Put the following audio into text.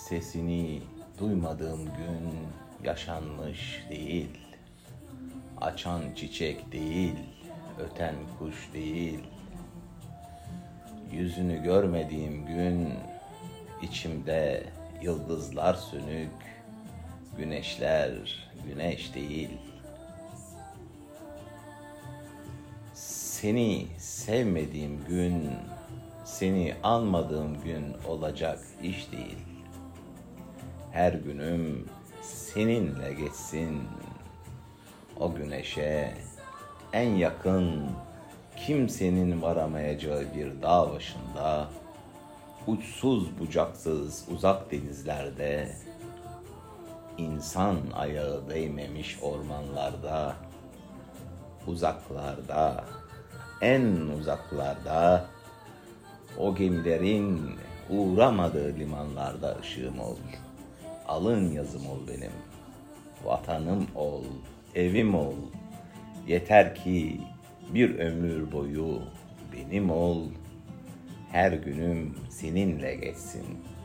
Sesini duymadığım gün yaşanmış değil. Açan çiçek değil, öten kuş değil. Yüzünü görmediğim gün içimde yıldızlar sönük, güneşler güneş değil. Seni sevmediğim gün, seni anmadığım gün olacak iş değil. Her günüm seninle geçsin. O güneşe en yakın, kimsenin varamayacağı bir dağ başında, uçsuz bucaksız uzak denizlerde, insan ayağı değmemiş ormanlarda, uzaklarda, en uzaklarda, o gemilerin uğramadığı limanlarda ışığım ol. Alın yazım ol benim, vatanım ol, evim ol. Yeter ki bir ömür boyu benim ol. Her günüm seninle geçsin.